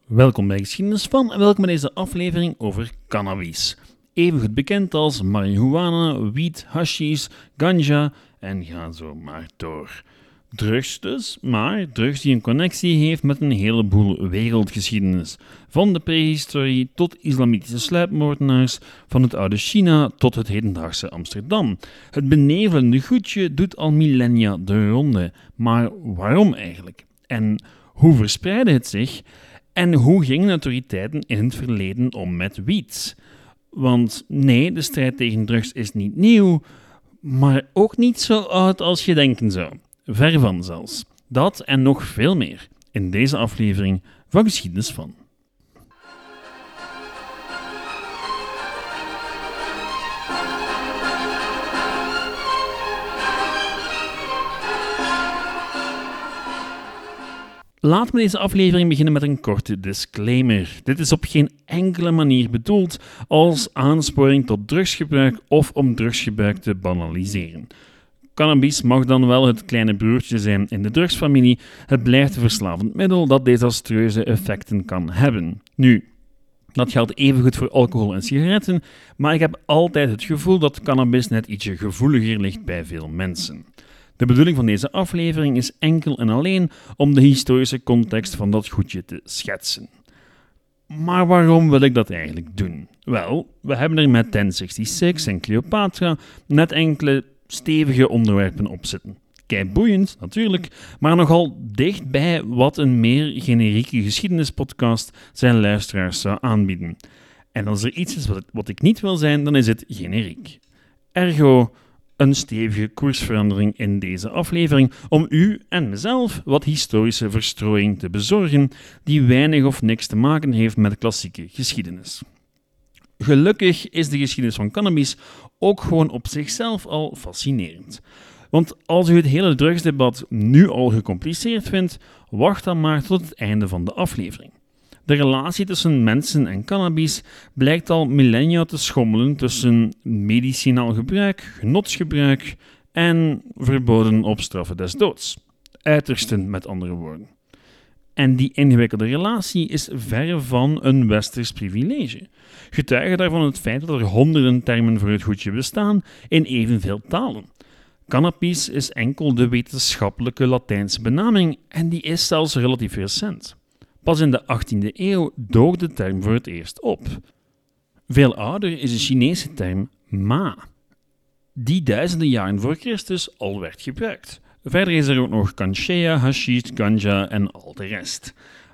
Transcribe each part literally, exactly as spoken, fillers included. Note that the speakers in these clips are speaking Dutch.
Welkom bij Geschiedenis van en welkom bij deze aflevering over cannabis. Evengoed bekend als marihuana, wiet, hashish, ganja en ga zo maar door. Drugs dus, maar drugs die een connectie heeft met een heleboel wereldgeschiedenis. Van de prehistorie tot islamitische sluipmoordenaars, van het oude China tot het hedendaagse Amsterdam. Het benevelende goedje doet al millennia de ronde. Maar waarom eigenlijk? En hoe verspreidde het zich? En hoe gingen autoriteiten in het verleden om met wiet? Want nee, de strijd tegen drugs is niet nieuw, maar ook niet zo oud als je denken zou. Ver van zelfs. Dat en nog veel meer in deze aflevering van Geschiedenis van. Laten we deze aflevering beginnen met een korte disclaimer. Dit is op geen enkele manier bedoeld als aansporing tot drugsgebruik of om drugsgebruik te banaliseren. Cannabis mag dan wel het kleine broertje zijn in de drugsfamilie. Het blijft een verslavend middel dat desastreuze effecten kan hebben. Nu, dat geldt evengoed voor alcohol en sigaretten, maar ik heb altijd het gevoel dat cannabis net ietsje gevoeliger ligt bij veel mensen. De bedoeling van deze aflevering is enkel en alleen om de historische context van dat goedje te schetsen. Maar waarom wil ik dat eigenlijk doen? Wel, we hebben er met tien zesenzestig en Cleopatra net enkele stevige onderwerpen op zitten. Kei boeiend, natuurlijk, maar nogal dichtbij wat een meer generieke geschiedenispodcast zijn luisteraars zou aanbieden. En als er iets is wat, wat ik niet wil zijn, dan is het generiek. Ergo, een stevige koersverandering in deze aflevering om u en mezelf wat historische verstrooiing te bezorgen die weinig of niks te maken heeft met klassieke geschiedenis. Gelukkig is de geschiedenis van cannabis ook gewoon op zichzelf al fascinerend. Want als u het hele drugsdebat nu al gecompliceerd vindt, wacht dan maar tot het einde van de aflevering. De relatie tussen mensen en cannabis blijkt al millennia te schommelen tussen medicinaal gebruik, genotsgebruik en verboden op straffe des doods. Uitersten, met andere woorden. En die ingewikkelde relatie is verre van een westers privilege. Getuige daarvan het feit dat er honderden termen voor het goedje bestaan in evenveel talen. Cannabis is enkel de wetenschappelijke Latijnse benaming en die is zelfs relatief recent. Pas in de achttiende eeuw dook de term voor het eerst op. Veel ouder is de Chinese term ma, die duizenden jaren voor Christus al werd gebruikt. Verder is er ook nog kanchea, hashish, ganja en al de rest.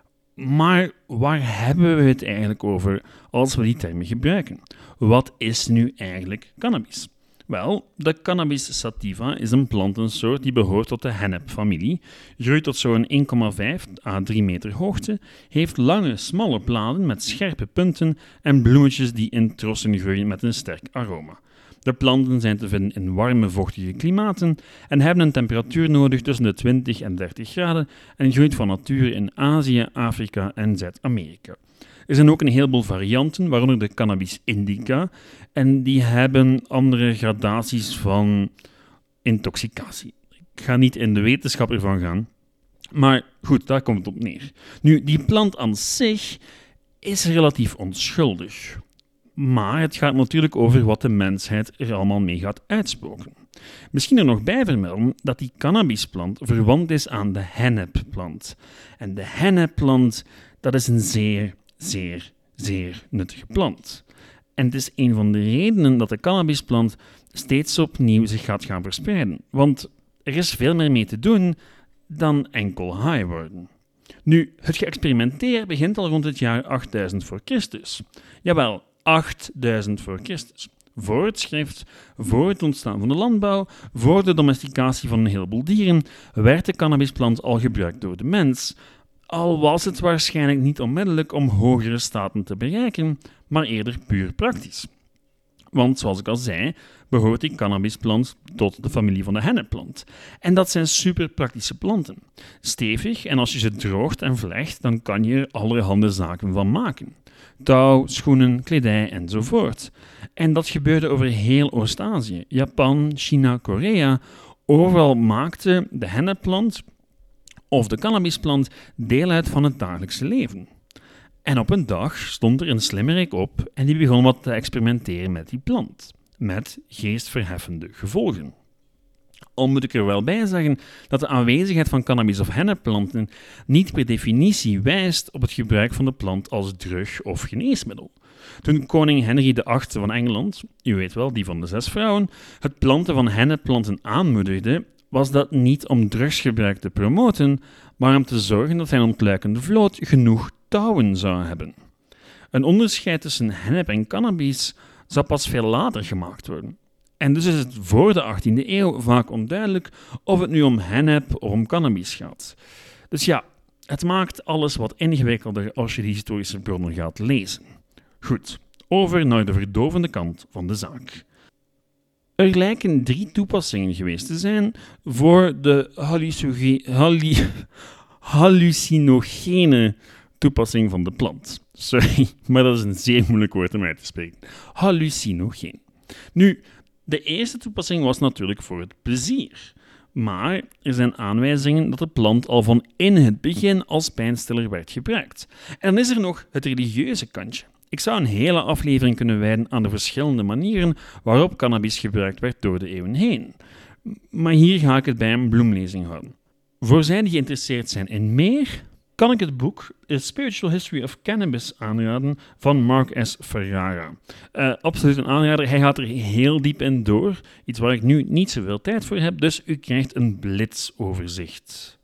Maar waar hebben we het eigenlijk over als we die termen gebruiken? Wat is nu eigenlijk cannabis? Wel, de Cannabis sativa is een plantensoort die behoort tot de hennepfamilie, groeit tot zo'n één komma vijf à drie meter hoogte, heeft lange, smalle bladen met scherpe punten en bloemetjes die in trossen groeien met een sterk aroma. De planten zijn te vinden in warme, vochtige klimaten en hebben een temperatuur nodig tussen de twintig en dertig graden en groeit van nature in Azië, Afrika en Zuid-Amerika. Er zijn ook een heleboel varianten, waaronder de cannabis indica, en die hebben andere gradaties van intoxicatie. Ik ga niet in de wetenschap ervan gaan, maar goed, daar komt het op neer. Nu, die plant aan zich is relatief onschuldig, maar het gaat natuurlijk over wat de mensheid er allemaal mee gaat uitspoken. Misschien er nog bij vermelden dat die cannabisplant verwant is aan de hennepplant. En de hennepplant, dat is een zeer, zeer, zeer nuttige plant. En het is een van de redenen dat de cannabisplant steeds opnieuw zich gaat gaan verspreiden. Want er is veel meer mee te doen dan enkel high worden. Nu, het geëxperimenteer begint al rond het jaar achtduizend voor Christus. Jawel, achtduizend voor Christus. Voor het schrift, voor het ontstaan van de landbouw, voor de domesticatie van een heleboel dieren, werd de cannabisplant al gebruikt door de mens, al was het waarschijnlijk niet onmiddellijk om hogere staten te bereiken, maar eerder puur praktisch. Want, zoals ik al zei, behoort die cannabisplant tot de familie van de hennepplant. En dat zijn super praktische planten. Stevig, en als je ze droogt en vlecht, dan kan je er allerhande zaken van maken. Touw, schoenen, kledij enzovoort. En dat gebeurde over heel Oost-Azië, Japan, China, Korea. Overal maakte de hennepplant of de cannabisplant deel uit van het dagelijkse leven. En op een dag stond er een slimmerik op en die begon wat te experimenteren met die plant, met geestverheffende gevolgen. Al moet ik er wel bij zeggen dat de aanwezigheid van cannabis- of hennepplanten niet per definitie wijst op het gebruik van de plant als drug of geneesmiddel. Toen koning Henry de achtste van Engeland, u weet wel, die van de zes vrouwen, het planten van hennepplanten aanmoedigde, was dat niet om drugsgebruik te promoten, maar om te zorgen dat zijn ontluikende vloot genoeg touwen zou hebben. Een onderscheid tussen hennep en cannabis zou pas veel later gemaakt worden. En dus is het voor de achttiende eeuw vaak onduidelijk of het nu om hennep of om cannabis gaat. Dus ja, het maakt alles wat ingewikkelder als je de historische bronnen gaat lezen. Goed, over naar de verdovende kant van de zaak. Er lijken drie toepassingen geweest te zijn voor de hallucinoge- hallu- hallucinogene toepassing van de plant. Sorry, maar dat is een zeer moeilijk woord om uit te spreken. Hallucinogeen. Nu, de eerste toepassing was natuurlijk voor het plezier. Maar er zijn aanwijzingen dat de plant al van in het begin als pijnstiller werd gebruikt. En dan is er nog het religieuze kantje. Ik zou een hele aflevering kunnen wijden aan de verschillende manieren waarop cannabis gebruikt werd door de eeuwen heen. Maar hier ga ik het bij een bloemlezing houden. Voor zij die geïnteresseerd zijn in meer, kan ik het boek A Spiritual History of Cannabis aanraden van Mark S. Ferrara. Uh, absoluut een aanrader, hij gaat er heel diep in door, iets waar ik nu niet zoveel tijd voor heb, dus u krijgt een blitsoverzicht.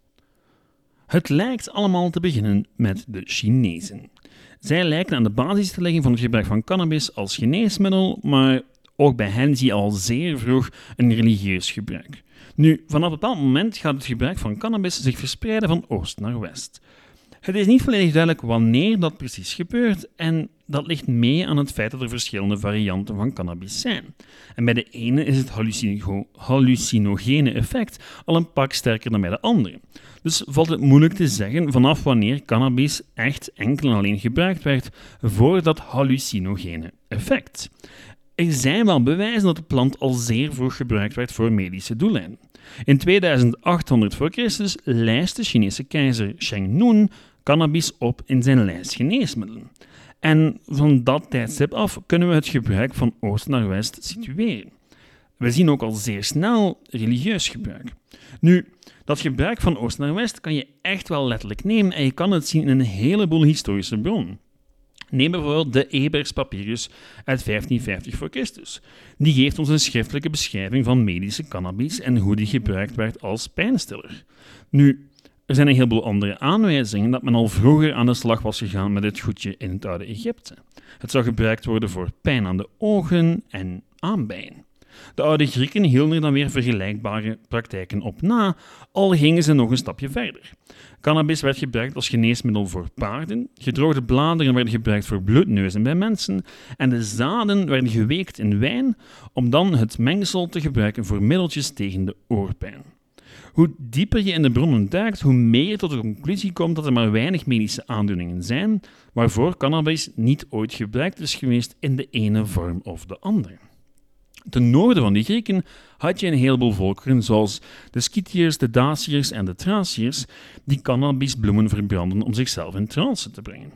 Het lijkt allemaal te beginnen met de Chinezen. Zij lijken aan de basis te leggen van het gebruik van cannabis als geneesmiddel, maar ook bij hen zie je al zeer vroeg een religieus gebruik. Nu, vanaf een bepaald moment gaat het gebruik van cannabis zich verspreiden van oost naar west. Het is niet volledig duidelijk wanneer dat precies gebeurt en dat ligt mee aan het feit dat er verschillende varianten van cannabis zijn. En bij de ene is het hallucino- hallucinogene effect al een pak sterker dan bij de andere. Dus valt het moeilijk te zeggen vanaf wanneer cannabis echt enkel en alleen gebruikt werd voor dat hallucinogene effect. Er zijn wel bewijzen dat de plant al zeer vroeg gebruikt werd voor medische doeleinden. In tweeduizendachthonderd voor Christus lijst de Chinese keizer Cheng Nun cannabis op in zijn lijst geneesmiddelen. En van dat tijdstip af kunnen we het gebruik van oost naar west situeren. We zien ook al zeer snel religieus gebruik. Nu, dat gebruik van oost naar west kan je echt wel letterlijk nemen en je kan het zien in een heleboel historische bronnen. Neem bijvoorbeeld de Ebers Papyrus uit vijftienvijftig voor Christus. Die geeft ons een schriftelijke beschrijving van medische cannabis en hoe die gebruikt werd als pijnstiller. Nu, er zijn een heleboel andere aanwijzingen dat men al vroeger aan de slag was gegaan met dit goedje in het oude Egypte. Het zou gebruikt worden voor pijn aan de ogen en aanbijen. De oude Grieken hielden er dan weer vergelijkbare praktijken op na, al gingen ze nog een stapje verder. Cannabis werd gebruikt als geneesmiddel voor paarden, gedroogde bladeren werden gebruikt voor bloedneuzen bij mensen en de zaden werden geweekt in wijn om dan het mengsel te gebruiken voor middeltjes tegen de oorpijn. Hoe dieper je in de bronnen duikt, hoe meer je tot de conclusie komt dat er maar weinig medische aandoeningen zijn waarvoor cannabis niet ooit gebruikt is geweest in de ene vorm of de andere. Ten noorden van de Grieken had je een heleboel volkeren, zoals de Scythiërs, de Daciërs en de Thraciërs, die cannabisbloemen verbranden om zichzelf in trance te brengen.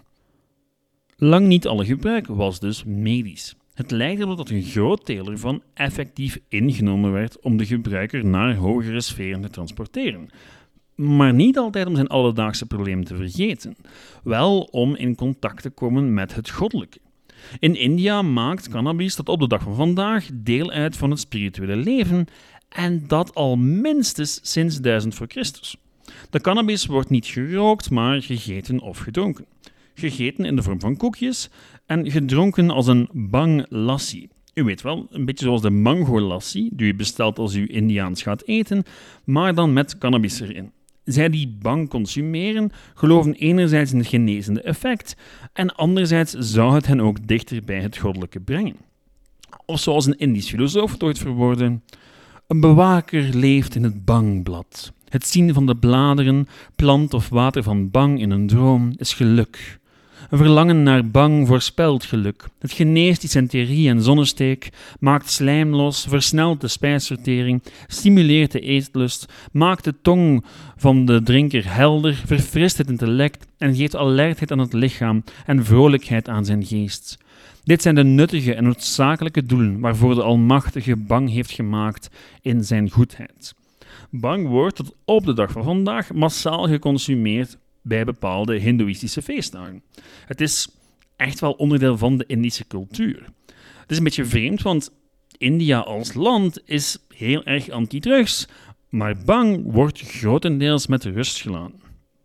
Lang niet alle gebruik was dus medisch. Het lijkt erop dat een groot deel ervan effectief ingenomen werd om de gebruiker naar hogere sferen te transporteren. Maar niet altijd om zijn alledaagse problemen te vergeten, wel om in contact te komen met het goddelijke. In India maakt cannabis tot op de dag van vandaag deel uit van het spirituele leven en dat al minstens sinds duizend voor Christus. De cannabis wordt niet gerookt, maar gegeten of gedronken. Gegeten in de vorm van koekjes en gedronken als een bhang lassi. U weet wel, een beetje zoals de mango lassi, die u bestelt als u Indiaans gaat eten, maar dan met cannabis erin. Zij die bhang consumeren, geloven enerzijds in het genezende effect en anderzijds zou het hen ook dichter bij het goddelijke brengen. Of zoals een Indisch filosoof het ooit verwoordde, een bewaker leeft in het bhangblad. Het zien van de bladeren, plant of water van bhang in een droom is geluk. Een verlangen naar bang voorspelt geluk. Het geneest dysenterie en zonnesteek, maakt slijm los, versnelt de spijsvertering, stimuleert de eetlust, maakt de tong van de drinker helder, verfrist het intellect en geeft alertheid aan het lichaam en vrolijkheid aan zijn geest. Dit zijn de nuttige en noodzakelijke doelen waarvoor de Almachtige bang heeft gemaakt in zijn goedheid. Bang wordt tot op de dag van vandaag massaal geconsumeerd bij bepaalde hindoeïstische feestdagen. Het is echt wel onderdeel van de Indische cultuur. Het is een beetje vreemd, want India als land is heel erg anti-drugs, maar bang wordt grotendeels met rust gelaten.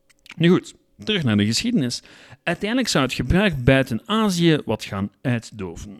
Nu goed, terug naar de geschiedenis. Uiteindelijk zou het gebruik buiten Azië wat gaan uitdoven.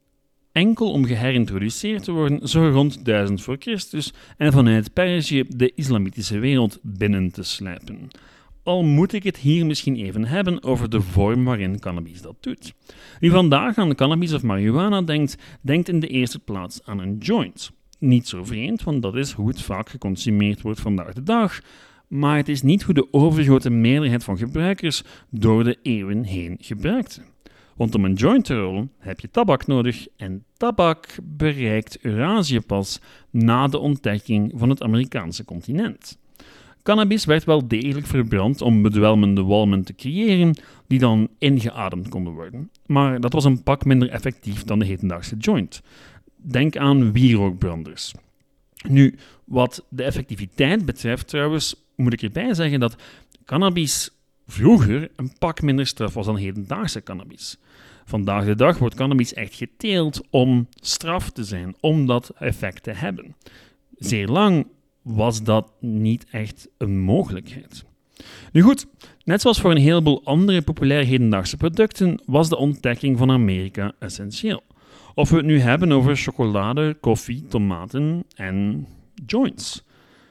Enkel om geherintroduceerd te worden zo rond duizend voor Christus en vanuit Perzië de islamitische wereld binnen te sluipen. Al moet ik het hier misschien even hebben over de vorm waarin cannabis dat doet. Wie vandaag aan cannabis of marihuana denkt, denkt in de eerste plaats aan een joint. Niet zo vreemd, want dat is hoe het vaak geconsumeerd wordt vandaag de dag, maar het is niet hoe de overgrote meerderheid van gebruikers door de eeuwen heen gebruikte. Want om een joint te rollen heb je tabak nodig en tabak bereikt Eurasië pas na de ontdekking van het Amerikaanse continent. Cannabis werd wel degelijk verbrand om bedwelmende walmen te creëren die dan ingeademd konden worden, maar dat was een pak minder effectief dan de hedendaagse joint. Denk aan wierookbranders. Nu, wat de effectiviteit betreft trouwens, moet ik erbij zeggen dat cannabis vroeger een pak minder straf was dan hedendaagse cannabis. Vandaag de dag wordt cannabis echt geteeld om straf te zijn, om dat effect te hebben. Zeer lang was dat niet echt een mogelijkheid. Nu goed, net zoals voor een heleboel andere populaire hedendaagse producten was de ontdekking van Amerika essentieel. Of we het nu hebben over chocolade, koffie, tomaten en joints.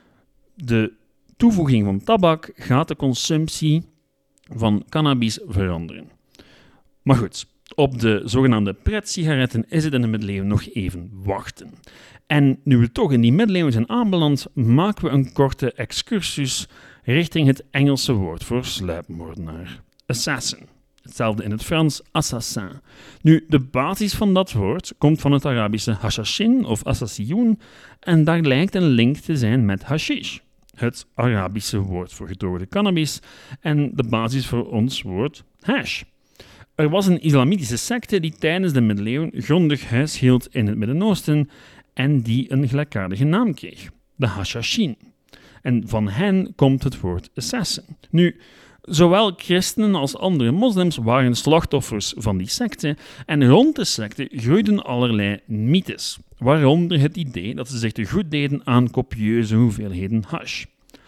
De toevoeging van tabak gaat de consumptie van cannabis veranderen. Maar goed, op de zogenaamde pret-sigaretten is het in de middeleeuwen nog even wachten. En nu we toch in die middeleeuwen zijn aanbeland, maken we een korte excursus richting het Engelse woord voor sluipmoordenaar. Assassin. Hetzelfde in het Frans, assassin. Nu, de basis van dat woord komt van het Arabische hashashin of assassioen en daar lijkt een link te zijn met hashish, het Arabische woord voor gedroogde cannabis en de basis voor ons woord hash. Er was een islamitische secte die tijdens de middeleeuwen grondig huis hield in het Midden-Oosten en die een gelijkaardige naam kreeg, de Hashashin. En van hen komt het woord assassin. Nu, zowel christenen als andere moslims waren slachtoffers van die secte en rond de secte groeiden allerlei mythes, waaronder het idee dat ze zich te goed deden aan copieuze hoeveelheden hash.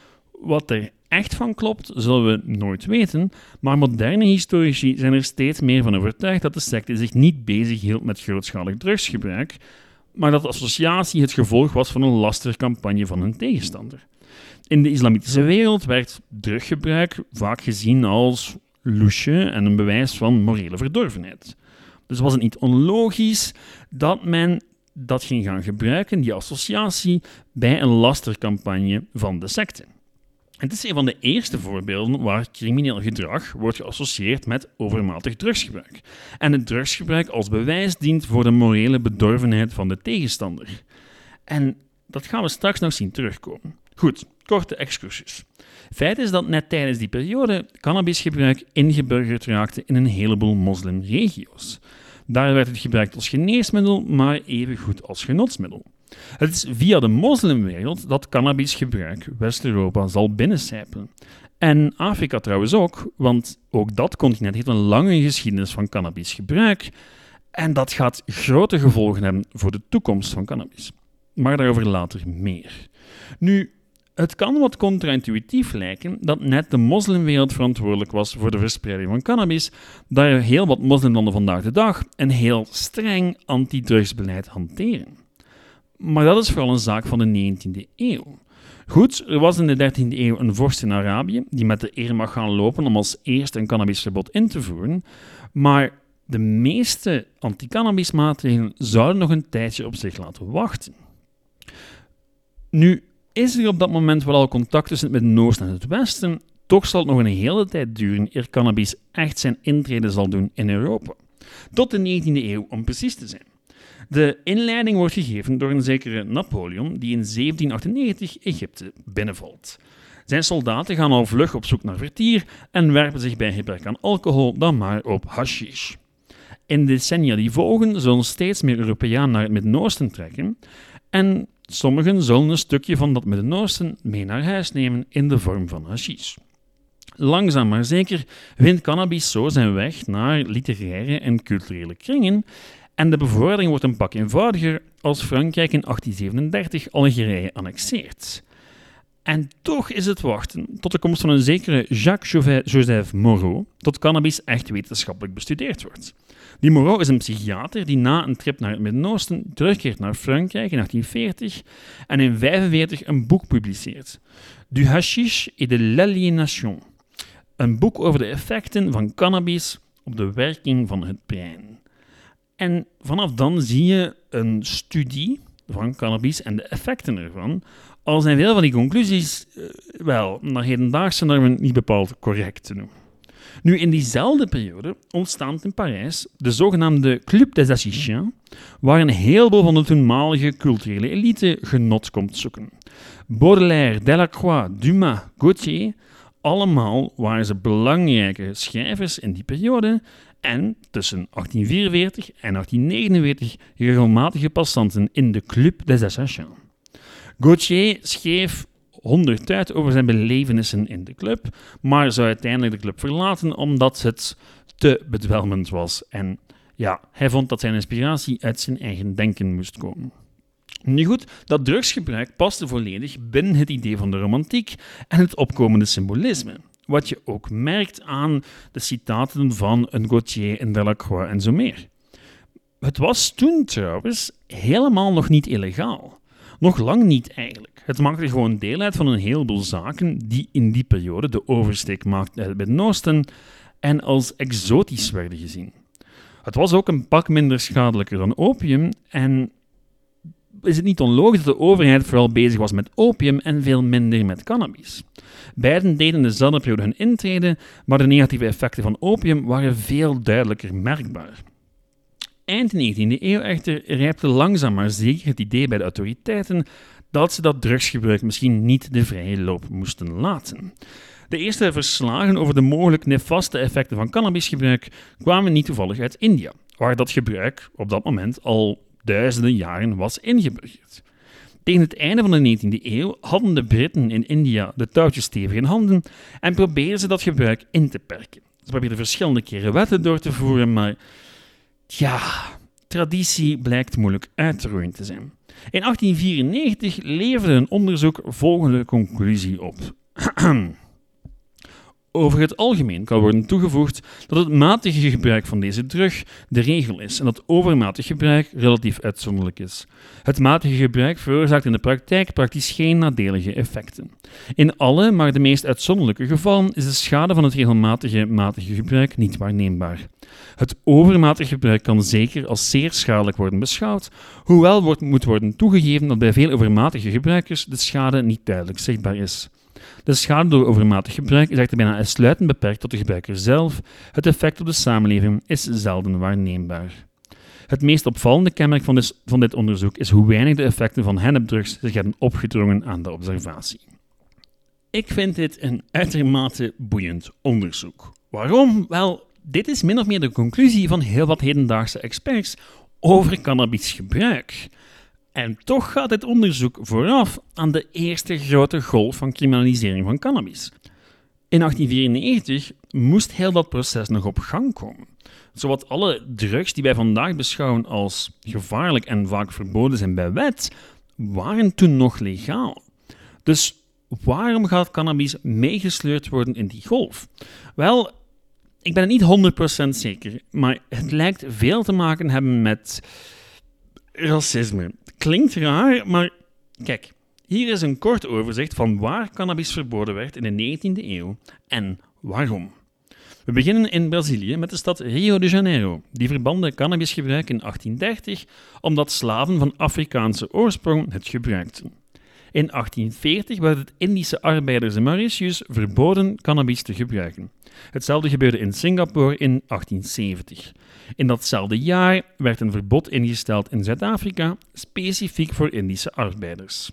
Wat er echt van klopt, zullen we nooit weten, maar moderne historici zijn er steeds meer van overtuigd dat de secte zich niet bezighield met grootschalig drugsgebruik, maar dat de associatie het gevolg was van een lastercampagne van hun tegenstander. In de islamitische wereld werd druggebruik vaak gezien als loesje en een bewijs van morele verdorvenheid. Dus was het niet onlogisch dat men dat ging gaan gebruiken, die associatie, bij een lastercampagne van de secte. Het is een van de eerste voorbeelden waar crimineel gedrag wordt geassocieerd met overmatig drugsgebruik. En het drugsgebruik als bewijs dient voor de morele bedorvenheid van de tegenstander. En dat gaan we straks nog zien terugkomen. Goed, korte excursus. Feit is dat net tijdens die periode cannabisgebruik ingeburgerd raakte in een heleboel moslimregio's. Daar werd het gebruikt als geneesmiddel, maar evengoed als genotsmiddel. Het is via de moslimwereld dat cannabisgebruik West-Europa zal binnencijpelen. En Afrika trouwens ook, want ook dat continent heeft een lange geschiedenis van cannabisgebruik en dat gaat grote gevolgen hebben voor de toekomst van cannabis. Maar daarover later meer. Nu, het kan wat contra-intuïtief lijken dat net de moslimwereld verantwoordelijk was voor de verspreiding van cannabis, daar heel wat moslimlanden vandaag de dag een heel streng antidrugsbeleid hanteren. Maar dat is vooral een zaak van de negentiende eeuw. Goed, er was in de dertiende eeuw een vorst in Arabië die met de eer mag gaan lopen om als eerste een cannabisverbod in te voeren, maar de meeste anti-cannabismaatregelen zouden nog een tijdje op zich laten wachten. Nu is er op dat moment wel al contact tussen het Midden-Oosten en het Westen, toch zal het nog een hele tijd duren eer cannabis echt zijn intrede zal doen in Europa. Tot de negentiende eeuw om precies te zijn. De inleiding wordt gegeven door een zekere Napoleon die in zeventien achtennegentig Egypte binnenvalt. Zijn soldaten gaan al vlug op zoek naar vertier en werpen zich bij gebrek aan alcohol dan maar op hashish. In de decennia die volgen zullen steeds meer Europeanen naar het Midden-Oosten trekken en sommigen zullen een stukje van dat Midden-Oosten mee naar huis nemen in de vorm van hashish. Langzaam maar zeker vindt cannabis zo zijn weg naar literaire en culturele kringen en de bevordering wordt een pak eenvoudiger als Frankrijk in achttien zevenendertig Algerije annexeert. En toch is het wachten tot de komst van een zekere Jacques-Joseph Moreau tot cannabis echt wetenschappelijk bestudeerd wordt. Die Moreau is een psychiater die na een trip naar het Midden-Oosten terugkeert naar Frankrijk in achttien veertig en in vijfenveertig een boek publiceert. Du hashish et de l'aliénation. Een boek over de effecten van cannabis op de werking van het brein. En vanaf dan zie je een studie van cannabis en de effecten ervan, al zijn veel van die conclusies, uh, wel, naar hedendaagse normen niet bepaald correct te noemen. Nu, in diezelfde periode ontstaat in Parijs de zogenaamde Club des Hachichiens, waar een heleboel van de toenmalige culturele elite genot komt zoeken. Baudelaire, Delacroix, Dumas, Gautier, allemaal waren ze belangrijke schrijvers in die periode en tussen achttien vierenveertig en achttien negenenveertig regelmatige passanten in de Club des Hachichiens. Gautier schreef honderd uit over zijn belevenissen in de club, maar zou uiteindelijk de club verlaten omdat het te bedwelmend was. En ja, hij vond dat zijn inspiratie uit zijn eigen denken moest komen. Nu goed, dat drugsgebruik paste volledig binnen het idee van de romantiek en het opkomende symbolisme. Wat je ook merkt aan de citaten van een Gautier, een Delacroix en zo meer. Het was toen trouwens helemaal nog niet illegaal. Nog lang niet eigenlijk. Het maakte gewoon deel uit van een heleboel zaken die in die periode de oversteek maakten uit het Midden-Oosten en als exotisch werden gezien. Het was ook een pak minder schadelijker dan opium en is het niet onlogisch dat de overheid vooral bezig was met opium en veel minder met cannabis. Beiden deden dezelfde periode hun intrede, maar de negatieve effecten van opium waren veel duidelijker merkbaar. Eind negentiende eeuw echter rijpte langzaam maar zeker het idee bij de autoriteiten dat ze dat drugsgebruik misschien niet de vrije loop moesten laten. De eerste verslagen over de mogelijk nefaste effecten van cannabisgebruik kwamen niet toevallig uit India, waar dat gebruik op dat moment al duizenden jaren was ingeburgerd. Tegen het einde van de negentiende eeuw hadden de Britten in India de touwtjes stevig in handen en probeerden ze dat gebruik in te perken. Ze probeerden verschillende keren wetten door te voeren, maar ja, traditie blijkt moeilijk uit te roeien te zijn. In achttien vierennegentig leverde een onderzoek volgende conclusie op. Over het algemeen kan worden toegevoegd dat het matige gebruik van deze drug de regel is en dat overmatig gebruik relatief uitzonderlijk is. Het matige gebruik veroorzaakt in de praktijk praktisch geen nadelige effecten. In alle, maar de meest uitzonderlijke gevallen is de schade van het regelmatige matige gebruik niet waarneembaar. Het overmatig gebruik kan zeker als zeer schadelijk worden beschouwd, hoewel wordt, moet worden toegegeven dat bij veel overmatige gebruikers de schade niet duidelijk zichtbaar is. De schade door overmatig gebruik is echter bijna uitsluitend beperkt tot de gebruiker zelf. Het effect op de samenleving is zelden waarneembaar. Het meest opvallende kenmerk van dit, van dit onderzoek is hoe weinig de effecten van hennepdrugs zich hebben opgedrongen aan de observatie. Ik vind dit een uitermate boeiend onderzoek. Waarom? Wel, dit is min of meer de conclusie van heel wat hedendaagse experts over cannabisgebruik. En toch gaat dit onderzoek vooraf aan de eerste grote golf van criminalisering van cannabis. In achttien vierennegentig moest heel dat proces nog op gang komen. Zowat alle drugs die wij vandaag beschouwen als gevaarlijk en vaak verboden zijn bij wet, waren toen nog legaal. Dus waarom gaat cannabis meegesleurd worden in die golf? Wel, ik ben het niet honderd procent zeker, maar het lijkt veel te maken hebben met racisme. Klinkt raar, maar kijk, hier is een kort overzicht van waar cannabis verboden werd in de negentiende eeuw en waarom. We beginnen in Brazilië met de stad Rio de Janeiro. Die verbande cannabisgebruik in achttien dertig omdat slaven van Afrikaanse oorsprong het gebruikten. In achttien veertig werd het Indische arbeiders in Mauritius verboden cannabis te gebruiken. Hetzelfde gebeurde in Singapore in achttien zeventig. In datzelfde jaar werd een verbod ingesteld in Zuid-Afrika, specifiek voor Indische arbeiders.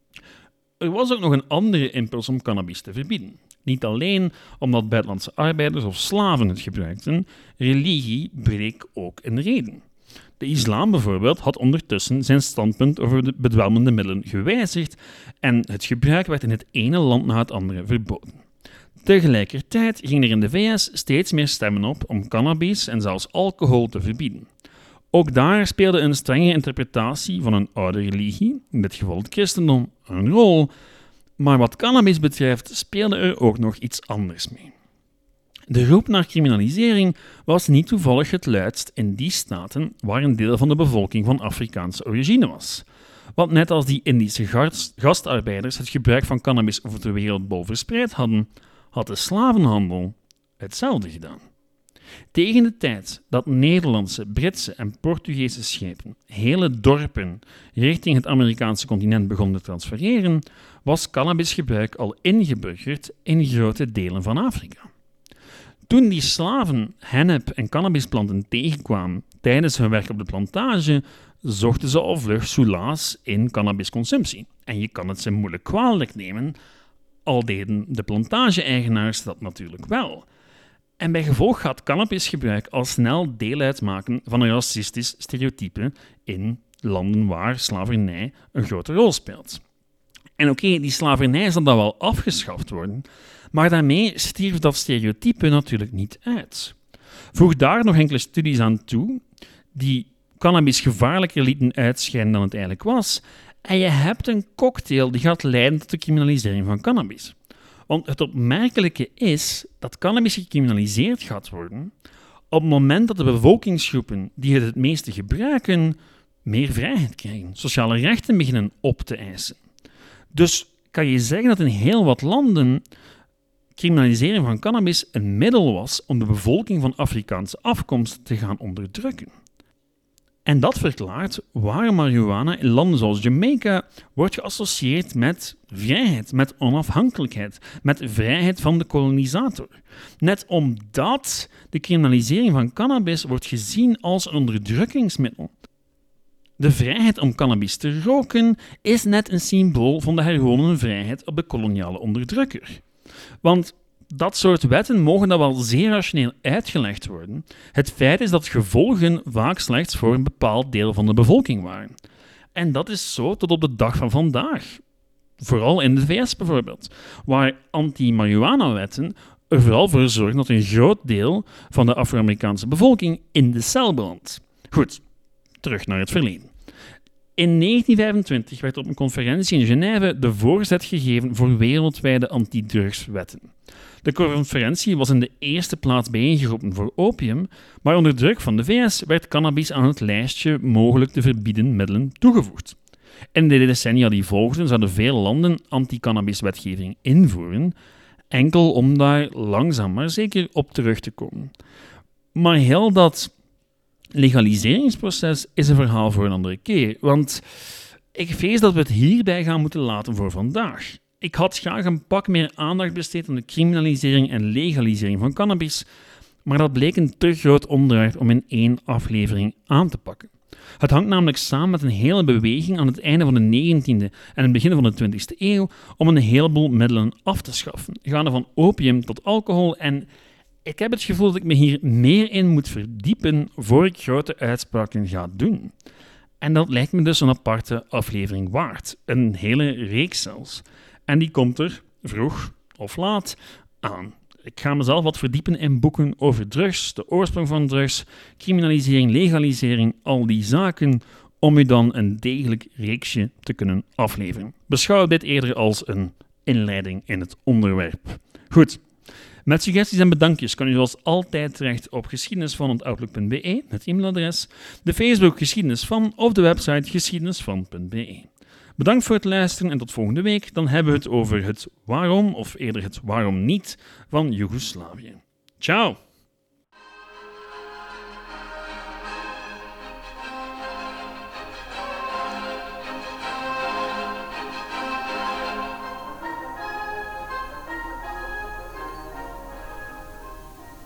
Er was ook nog een andere impuls om cannabis te verbieden. Niet alleen omdat buitenlandse arbeiders of slaven het gebruikten, religie bleek ook een reden. De islam bijvoorbeeld had ondertussen zijn standpunt over de bedwelmende middelen gewijzigd en het gebruik werd in het ene land na het andere verboden. Tegelijkertijd gingen er in de V S steeds meer stemmen op om cannabis en zelfs alcohol te verbieden. Ook daar speelde een strenge interpretatie van een oude religie, in dit geval het christendom, een rol, maar wat cannabis betreft speelde er ook nog iets anders mee. De roep naar criminalisering was niet toevallig het luidst in die staten waar een deel van de bevolking van Afrikaanse origine was. Want net als die Indische gast- gastarbeiders het gebruik van cannabis over de wereldbol verspreid hadden, had de slavenhandel hetzelfde gedaan. Tegen de tijd dat Nederlandse, Britse en Portugese schepen hele dorpen richting het Amerikaanse continent begonnen te transfereren, was cannabisgebruik al ingeburgerd in grote delen van Afrika. Toen die slaven hennep- en cannabisplanten tegenkwamen tijdens hun werk op de plantage, zochten ze al vlug soelaas in cannabisconsumptie. En je kan het ze moeilijk kwalijk nemen, al deden de plantage-eigenaars dat natuurlijk wel. En bij gevolg gaat cannabisgebruik al snel deel uitmaken van een racistisch stereotype in landen waar slavernij een grote rol speelt. En oké, okay, die slavernij zal dan wel afgeschaft worden, maar daarmee stierf dat stereotype natuurlijk niet uit. Voeg daar nog enkele studies aan toe die cannabis gevaarlijker lieten uitschijnen dan het eigenlijk was, en je hebt een cocktail die gaat leiden tot de criminalisering van cannabis. Want het opmerkelijke is dat cannabis gecriminaliseerd gaat worden op het moment dat de bevolkingsgroepen die het het meeste gebruiken meer vrijheid krijgen, sociale rechten beginnen op te eisen. Dus kan je zeggen dat in heel wat landen criminalisering van cannabis een middel was om de bevolking van Afrikaanse afkomst te gaan onderdrukken. En dat verklaart waarom marihuana in landen zoals Jamaica wordt geassocieerd met vrijheid, met onafhankelijkheid, met vrijheid van de kolonisator. Net omdat de criminalisering van cannabis wordt gezien als een onderdrukkingsmiddel. De vrijheid om cannabis te roken is net een symbool van de herwonnen vrijheid op de koloniale onderdrukker. Want dat soort wetten mogen dan wel zeer rationeel uitgelegd worden. Het feit is dat gevolgen vaak slechts voor een bepaald deel van de bevolking waren. En dat is zo tot op de dag van vandaag. Vooral in de V S bijvoorbeeld, waar anti-marihuana-wetten er vooral voor zorgen dat een groot deel van de Afro-Amerikaanse bevolking in de cel belandt. Goed, terug naar het verleden. In negentien vijfentwintig werd op een conferentie in Genève de voorzet gegeven voor wereldwijde antidrugswetten. De conferentie was in de eerste plaats bijeengeroepen voor opium, maar onder druk van de V S werd cannabis aan het lijstje mogelijk te verbieden middelen toegevoegd. In de decennia die volgden zouden veel landen anti-cannabiswetgeving invoeren, enkel om daar langzaam maar zeker op terug te komen. Maar heel dat legaliseringsproces is een verhaal voor een andere keer, want ik vrees dat we het hierbij gaan moeten laten voor vandaag. Ik had graag een pak meer aandacht besteed aan de criminalisering en legalisering van cannabis, maar dat bleek een te groot onderwerp om in één aflevering aan te pakken. Het hangt namelijk samen met een hele beweging aan het einde van de negentiende en het begin van de twintigste eeuw om een heleboel middelen af te schaffen, gaande van opium tot alcohol, en ik heb het gevoel dat ik me hier meer in moet verdiepen voor ik grote uitspraken ga doen. En dat lijkt me dus een aparte aflevering waard, een hele reeks zelfs. En die komt er, vroeg of laat, aan. Ik ga mezelf wat verdiepen in boeken over drugs, de oorsprong van drugs, criminalisering, legalisering, al die zaken, om u dan een degelijk reeksje te kunnen afleveren. Beschouw dit eerder als een inleiding in het onderwerp. Goed. Met suggesties en bedankjes kan u zoals altijd terecht op geschiedenis van het outlook punt b e, het e-mailadres, de Facebook Geschiedenis van of de website geschiedenisvan punt b e. Bedankt voor het luisteren en tot volgende week. Dan hebben we het over het waarom, of eerder het waarom niet, van Joegoslavië. Ciao!